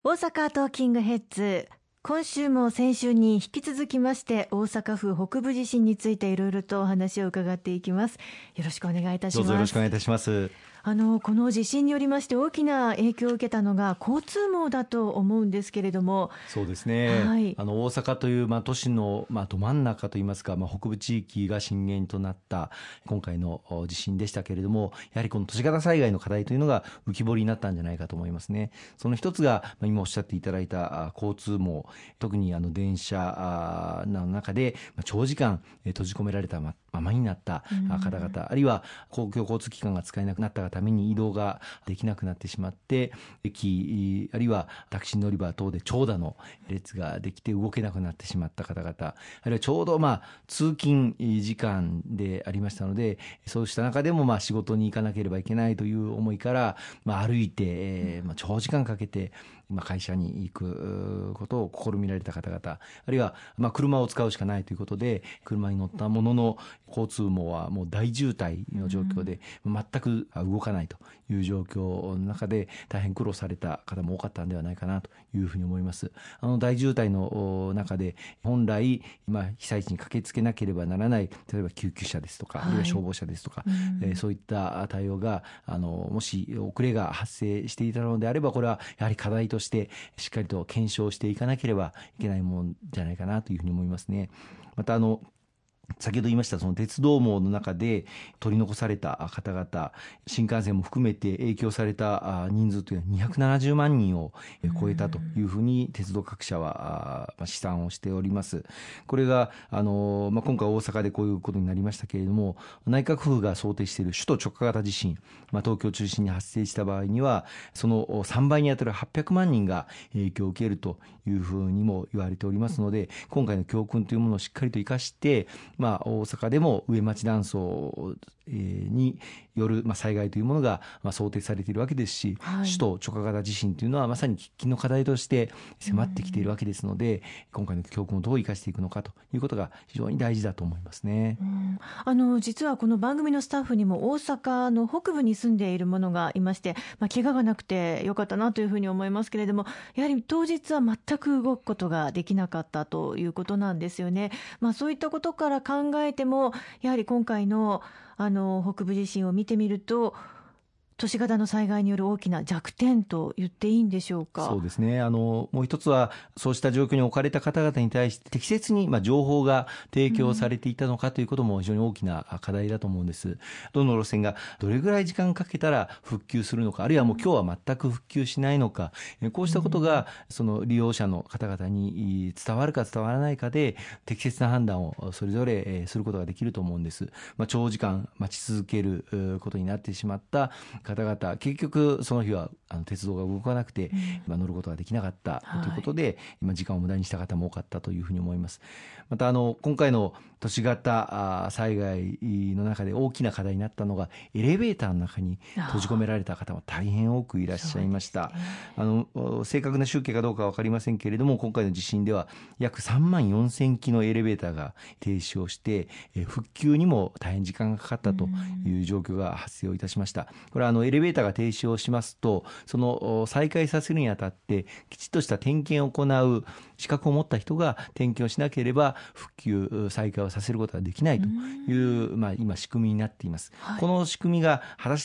大阪トーキングヘッズ、今週も先週に引き続きまして大阪府北部地震についていろいろとお話を伺っていきます。よろしくお願いいたします。 どうぞよろしくお願いいたします。 この地震によりまして大きな影響を受けたのが交通網だと思うんですけれども。 そうですね、 はい、 大阪という、都市の、ど真ん中といいますか、北部地域が震源となった今回の地震でしたけれども、やはりこの都市型災害の課題というのが浮き彫りになったんじゃないかと思いますね。その一つが、今おっしゃっていただいた交通網、特に電車の中で長時間閉じ込められたままになった方々、あるいは公共交通機関が使えなくなったために移動ができなくなってしまって、駅あるいはタクシー乗り場等で長蛇の列ができて動けなくなってしまった方々、あるいはちょうど通勤時間でありましたので、そうした中でも仕事に行かなければいけないという思いから、歩いて、長時間かけて会社に行くことを試みられた方々、あるいは車を使うしかないということで車に乗ったものの交通網はもう大渋滞の状況で全く動かないという状況の中で大変苦労された方も多かったんではないかなというふうに思います。大渋滞の中で本来被災地に駆けつけなければならない、例えば救急車ですとか、あるいは消防車ですとか、そういった対応がもし遅れが発生していたのであれば、これはやはり課題としてしっかりと検証していかなければいけないものじゃないかなというふうに思いますね。また先ほど言いましたその鉄道網の中で取り残された方々、新幹線も含めて影響された人数というのは270万人を超えたというふうに鉄道各社は試算をしております。これが今回大阪でこういうことになりましたけれども、内閣府が想定している首都直下型地震、東京を中心に発生した場合にはその3倍にあたる800万人が影響を受けるというふうにも言われておりますので、今回の教訓というものをしっかりと生かして大阪でも上町断層による災害というものが想定されているわけですし、首都直下型地震というのはまさに喫緊の課題として迫ってきているわけですので、今回の教訓をどう生かしていくのかということが非常に大事だと思いますね。 実はこの番組のスタッフにも大阪の北部に住んでいる者がいまして、怪我がなくてよかったなというふうに思いますけれども、やはり当日は全く動くことができなかったということなんですよね。そういったことから考えても、やはり今回の北部地震を見てみると、都市型の災害による大きな弱点と言っていいんでしょうか。 そうですね、もう一つはそうした状況に置かれた方々に対して適切に情報が提供されていたのかということも非常に大きな課題だと思うんです。どの路線がどれぐらい時間かけたら復旧するのか、あるいはもう今日は全く復旧しないのか、こうしたことがその利用者の方々に伝わるか伝わらないかで適切な判断をそれぞれすることができると思うんです。長時間待ち続けることになってしまった方々、結局その日は鉄道が動かなくて、乗ることができなかったということで、時間を無駄にした方も多かったというふうに思います。また今回の都市型災害の中で大きな課題になったのがエレベーターの中に閉じ込められた方も大変多くいらっしゃいました。正確な集計かどうかは分かりませんけれども、今回の地震では約3万4000基のエレベーターが停止をして復旧にも大変時間がかかったという状況が発生をいたしました。これはエレベーターが停止をしますと、その再開させるにあたってきちっとした点検を行う資格を持った人が点検をしなければ復旧再開をさせることができないという、今仕組みになっています。この仕組みが果たして、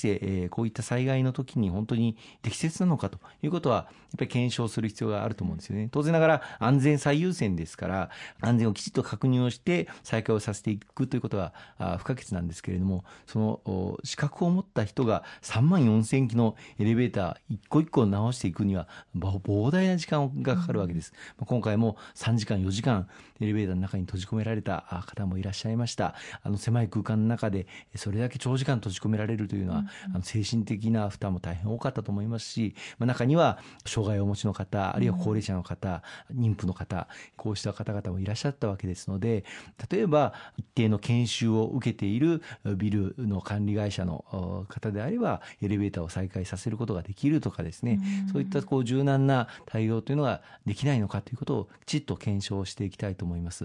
こういった災害の時に本当に適切なのかということはやっぱり検証する必要があると思うんですよね。当然ながら安全最優先ですから、安全をきちっと確認をして再開をさせていくということは不可欠なんですけれども、その資格を持った人が3万4000基のエレベーター一個一個直していくには膨大な時間がかかるわけです。今回も3時間4時間エレベーターの中に閉じ込められた方もいらっしゃいました。狭い空間の中でそれだけ長時間閉じ込められるというのは、精神的な負担も大変多かったと思いますし、中には障害をお持ちの方、あるいは高齢者の方、妊婦の方、こうした方々もいらっしゃったわけですので、例えば一定の研修を受けているビルの管理会社の方であればエレベーターを再開させることができるとかですね、そういった柔軟な対応というのができないのかということをきちっと検証していきたいと思います。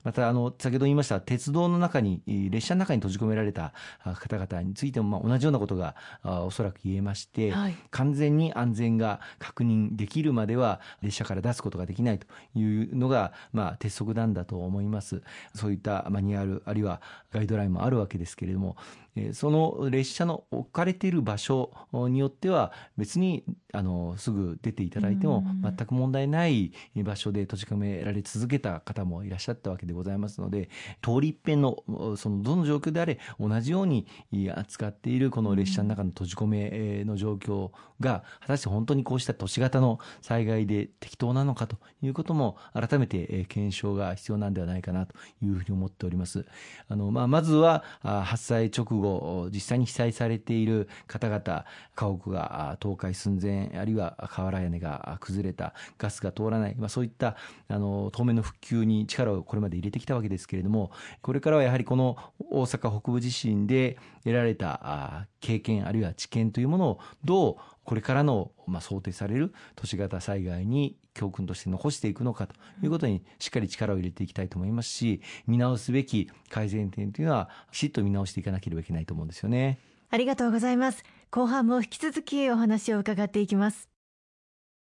また先ほど言いました鉄道の中に、列車の中に閉じ込められた方々についても、同じようなことがおそらく言えまして、 はい、 完全に安全が確認できるまでは列車から出すことができないというのが、鉄則なんだと思います。そういったマニュアルあるいはガイドラインもあるわけですけれども、その列車の置かれている場所によっては別にすぐ出ていただいても全く問題ない場所で閉じ込められ続けた方もいらっしゃったわけでございますので、通り一遍のそのどの状況であれ同じように扱っているこの列車の中の閉じ込めの状況が果たして本当にこうした都市型の災害で適当なのかということも改めて検証が必要なんではないかなというふうに思っております。まずは発災直後実際に被災されている方々、家屋が倒壊寸前、あるいは瓦屋根が崩れた、ガスが通らない、そういった当面の復旧に力をこれまで入れてきたわけですけれども、これからはやはりこの大阪北部地震で得られた経験あるいは知見というものをどうこれからの想定される都市型災害に教訓として残していくのかということにしっかり力を入れていきたいと思いますし、見直すべき改善点というのはきちっと見直していかなければいけないと思うんですよね。 ありがとうございます。後半も引き続きお話を伺っていきます。